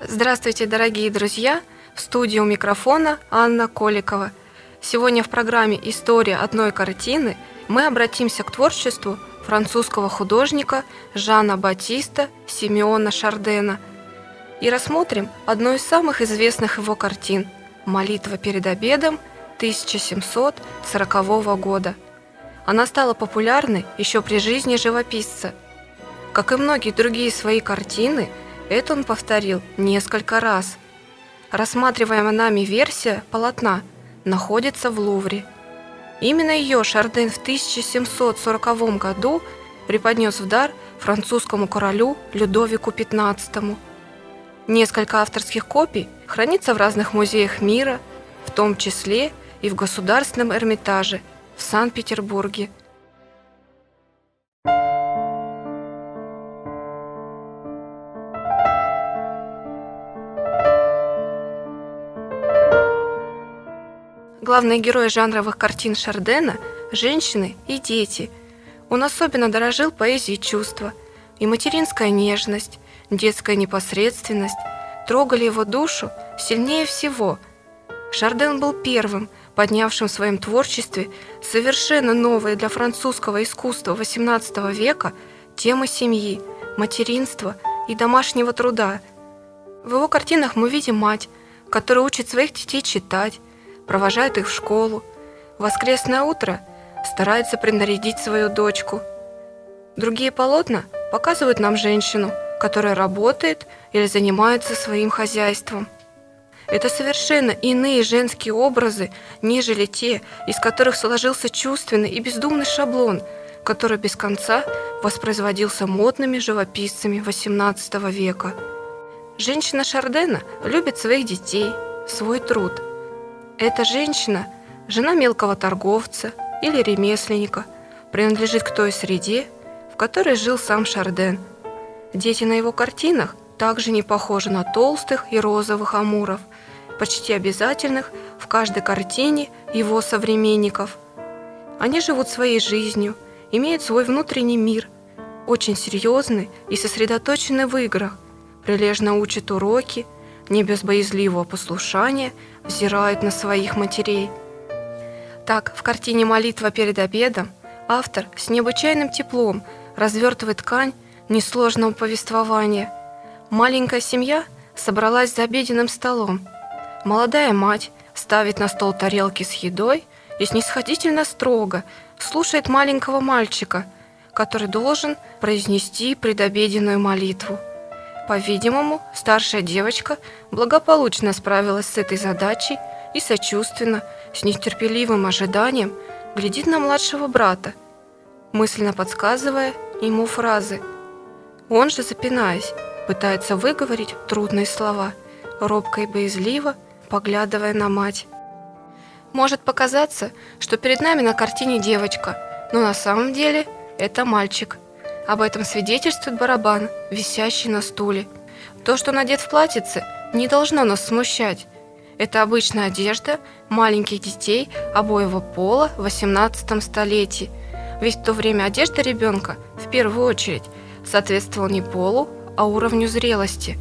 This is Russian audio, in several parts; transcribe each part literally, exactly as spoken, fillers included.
Здравствуйте, дорогие друзья! В студии у микрофона Анна Коликова. Сегодня в программе «История одной картины» мы обратимся к творчеству французского художника Жана Батиста Симеона Шардена и рассмотрим одну из самых известных его картин «Молитва перед обедом» тысяча семьсот сорокового года. Она стала популярной еще при жизни живописца. Как и многие другие свои картины, это он повторил несколько раз. Рассматриваемая нами версия полотна находится в Лувре. Именно ее Шарден в тысяча семьсот сороковом году преподнес в дар французскому королю Людовику пятнадцатому. Несколько авторских копий хранится в разных музеях мира, в том числе и в Государственном Эрмитаже в Санкт-Петербурге. Главные герои жанровых картин Шардена – женщины и дети. Он особенно дорожил поэзией чувства, и материнская нежность, детская непосредственность трогали его душу сильнее всего. Шарден был первым, поднявшим в своем творчестве совершенно новые для французского искусства восемнадцатого века темы семьи, материнства и домашнего труда. В его картинах мы видим мать, которая учит своих детей читать, провожает их в школу, в воскресное утро старается принарядить свою дочку. Другие полотна показывают нам женщину, которая работает или занимается своим хозяйством. Это совершенно иные женские образы, нежели те, из которых сложился чувственный и бездумный шаблон, который без конца воспроизводился модными живописцами восемнадцатого века. Женщина Шардена любит своих детей, свой труд. Эта женщина, жена мелкого торговца или ремесленника, принадлежит к той среде, в которой жил сам Шарден. Дети на его картинах также не похожи на толстых и розовых амуров, почти обязательных в каждой картине его современников. Они живут своей жизнью, имеют свой внутренний мир, очень серьезны и сосредоточены в играх, прилежно учат уроки, не без боязливого послушания взирают на своих матерей. Так, в картине «Молитва перед обедом» автор с необычайным теплом развертывает ткань несложного повествования. Маленькая семья собралась за обеденным столом. Молодая мать ставит на стол тарелки с едой и снисходительно строго слушает маленького мальчика, который должен произнести предобеденную молитву. По-видимому, старшая девочка благополучно справилась с этой задачей и сочувственно, с нетерпеливым ожиданием, глядит на младшего брата, мысленно подсказывая ему фразы. Он же, запинаясь, пытается выговорить трудные слова, робко и боязливо поглядывая на мать. Может показаться, что перед нами на картине девочка, но на самом деле это мальчик. Об этом свидетельствует барабан, висящий на стуле. То, что он одет в платьице, не должно нас смущать. Это обычная одежда маленьких детей обоего пола в восемнадцатом столетии. Ведь в то время одежда ребенка, в первую очередь, соответствовала не полу, а уровню зрелости.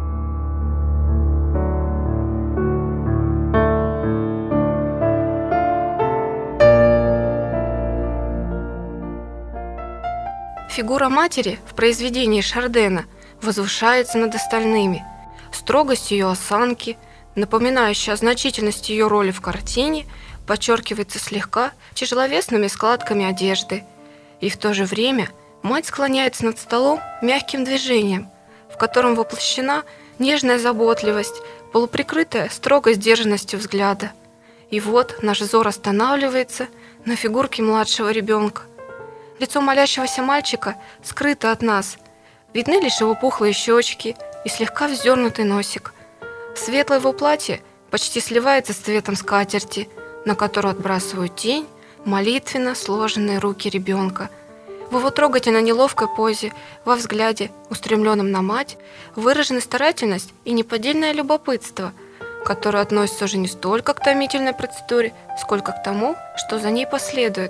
Фигура матери в произведении Шардена возвышается над остальными. Строгость ее осанки, напоминающая о значительности ее роли в картине, подчеркивается слегка тяжеловесными складками одежды. И в то же время мать склоняется над столом мягким движением, в котором воплощена нежная заботливость, полуприкрытая строгой сдержанностью взгляда. И вот наш взор останавливается на фигурке младшего ребенка. Лицо молящегося мальчика скрыто от нас. Видны лишь его пухлые щечки и слегка вздернутый носик. Светлое его платье почти сливается с цветом скатерти, на которую отбрасывают тень молитвенно сложенные руки ребенка. В его трогательно неловкой позе, во взгляде, устремленном на мать, выражены старательность и неподдельное любопытство, которое относится уже не столько к томительной процедуре, сколько к тому, что за ней последует.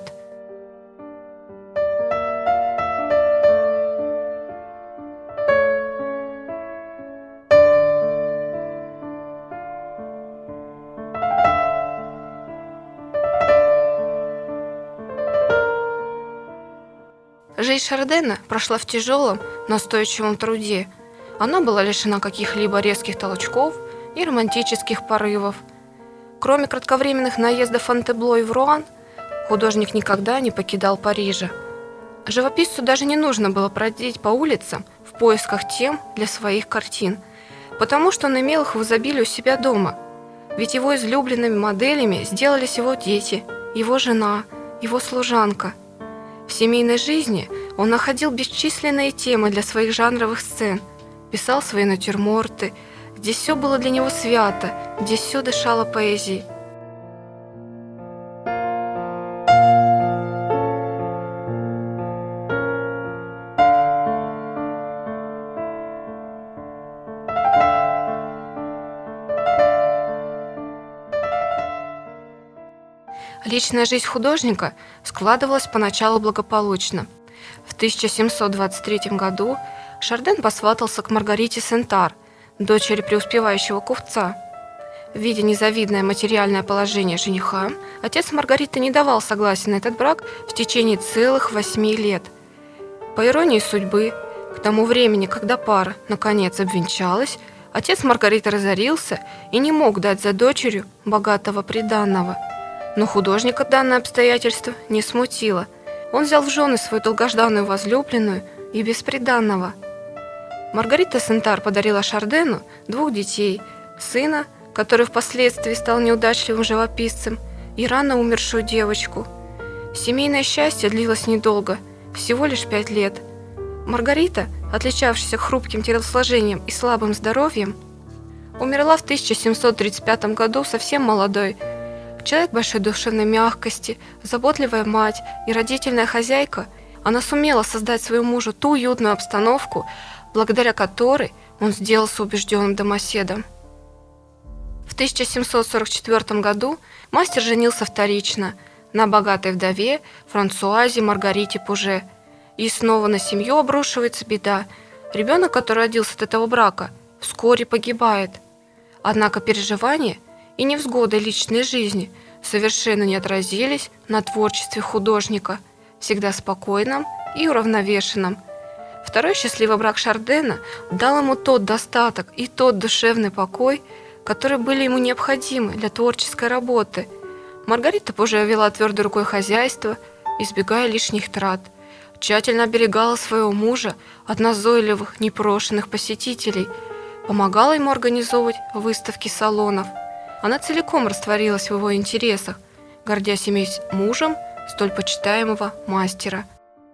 Жизнь Шардена прошла в тяжелом, настойчивом труде. Она была лишена каких-либо резких толчков и романтических порывов. Кроме кратковременных наездов в Фонтебло и в Руан, художник никогда не покидал Парижа. Живописцу даже не нужно было бродить по улицам в поисках тем для своих картин, потому что он имел их в изобилии у себя дома. Ведь его излюбленными моделями сделались его дети, его жена, его служанка. В семейной жизни он находил бесчисленные темы для своих жанровых сцен, писал свои натюрморты. Здесь все было для него свято, здесь все дышало поэзией. Личная жизнь художника складывалась поначалу благополучно. В тысяча семьсот двадцать третьем году Шарден посватался к Маргарите Сентар, дочери преуспевающего купца. Видя незавидное материальное положение жениха, отец Маргариты не давал согласия на этот брак в течение целых восьми лет. По иронии судьбы, к тому времени, когда пара наконец обвенчалась, отец Маргариты разорился и не мог дать за дочерью богатого приданого. Но художника данное обстоятельство не смутило. Он взял в жены свою долгожданную возлюбленную и бесприданного. Маргарита Сентар подарила Шардену двух детей: сына, который впоследствии стал неудачливым живописцем, и рано умершую девочку. Семейное счастье длилось недолго, всего лишь пять лет. Маргарита, отличавшаяся хрупким телосложением и слабым здоровьем, умерла в тысяча семьсот тридцать пятом году совсем молодой. Человек большой душевной мягкости, заботливая мать и родительная хозяйка, она сумела создать своему мужу ту уютную обстановку, благодаря которой он сделался убежденным домоседом. В тысяча семьсот сорок четвёртом году мастер женился вторично на богатой вдове Франсуазе Маргарите Пуже. И снова на семью обрушивается беда. Ребенок, который родился от этого брака, вскоре погибает. Однако переживания и невзгоды личной жизни совершенно не отразились на творчестве художника, всегда спокойном и уравновешенном. Второй счастливый брак Шардена дал ему тот достаток и тот душевный покой, которые были ему необходимы для творческой работы. Маргарита Пуже вела твердой рукой хозяйство, избегая лишних трат, тщательно оберегала своего мужа от назойливых, непрошенных посетителей, помогала ему организовывать выставки салонов. Она целиком растворилась в его интересах, гордясь иметь мужем столь почитаемого мастера.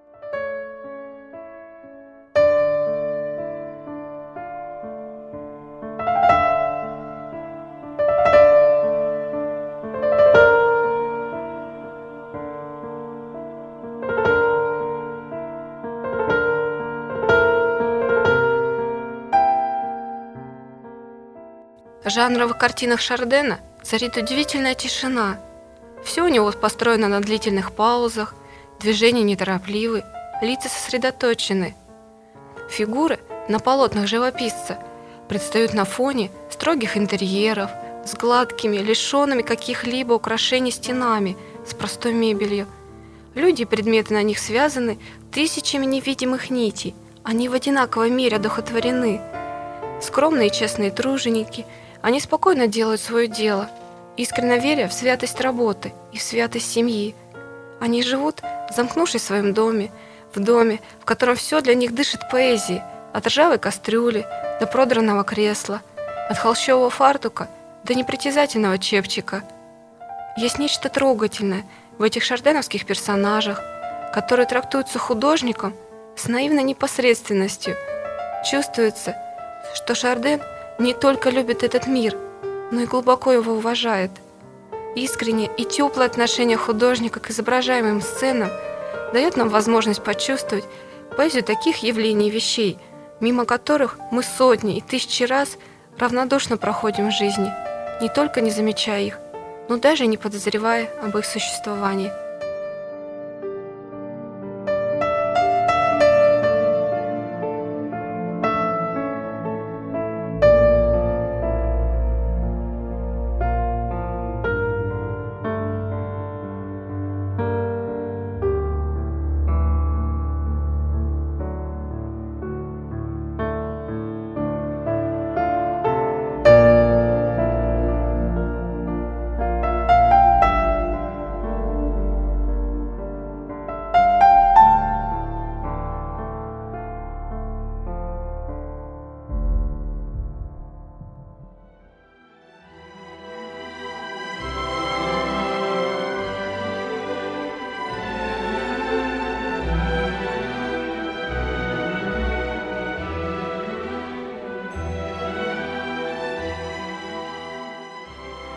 В жанровых картинах Шардена царит удивительная тишина. Все у него построено на длительных паузах, движения неторопливы, лица сосредоточены. Фигуры на полотнах живописца предстают на фоне строгих интерьеров, с гладкими, лишенными каких-либо украшений стенами, с простой мебелью. Люди и предметы на них связаны тысячами невидимых нитей, они в одинаковой мере одухотворены. Скромные и честные труженики, они спокойно делают свое дело, искренне веря в святость работы и в святость семьи. Они живут, замкнувшись в своем доме, в доме, в котором все для них дышит поэзией, от ржавой кастрюли до продранного кресла, от холщового фартука до непритязательного чепчика. Есть нечто трогательное в этих шарденовских персонажах, которые трактуются художником с наивной непосредственностью. Чувствуется, что Шарден не только любит этот мир, но и глубоко его уважает. Искреннее и теплое отношение художника к изображаемым сценам дает нам возможность почувствовать поэзию таких явлений и вещей, мимо которых мы сотни и тысячи раз равнодушно проходим в жизни, не только не замечая их, но даже не подозревая об их существовании.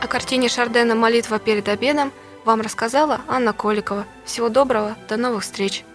О картине Шардена «Молитва перед обедом» вам рассказала Анна Коликова. Всего доброго, до новых встреч!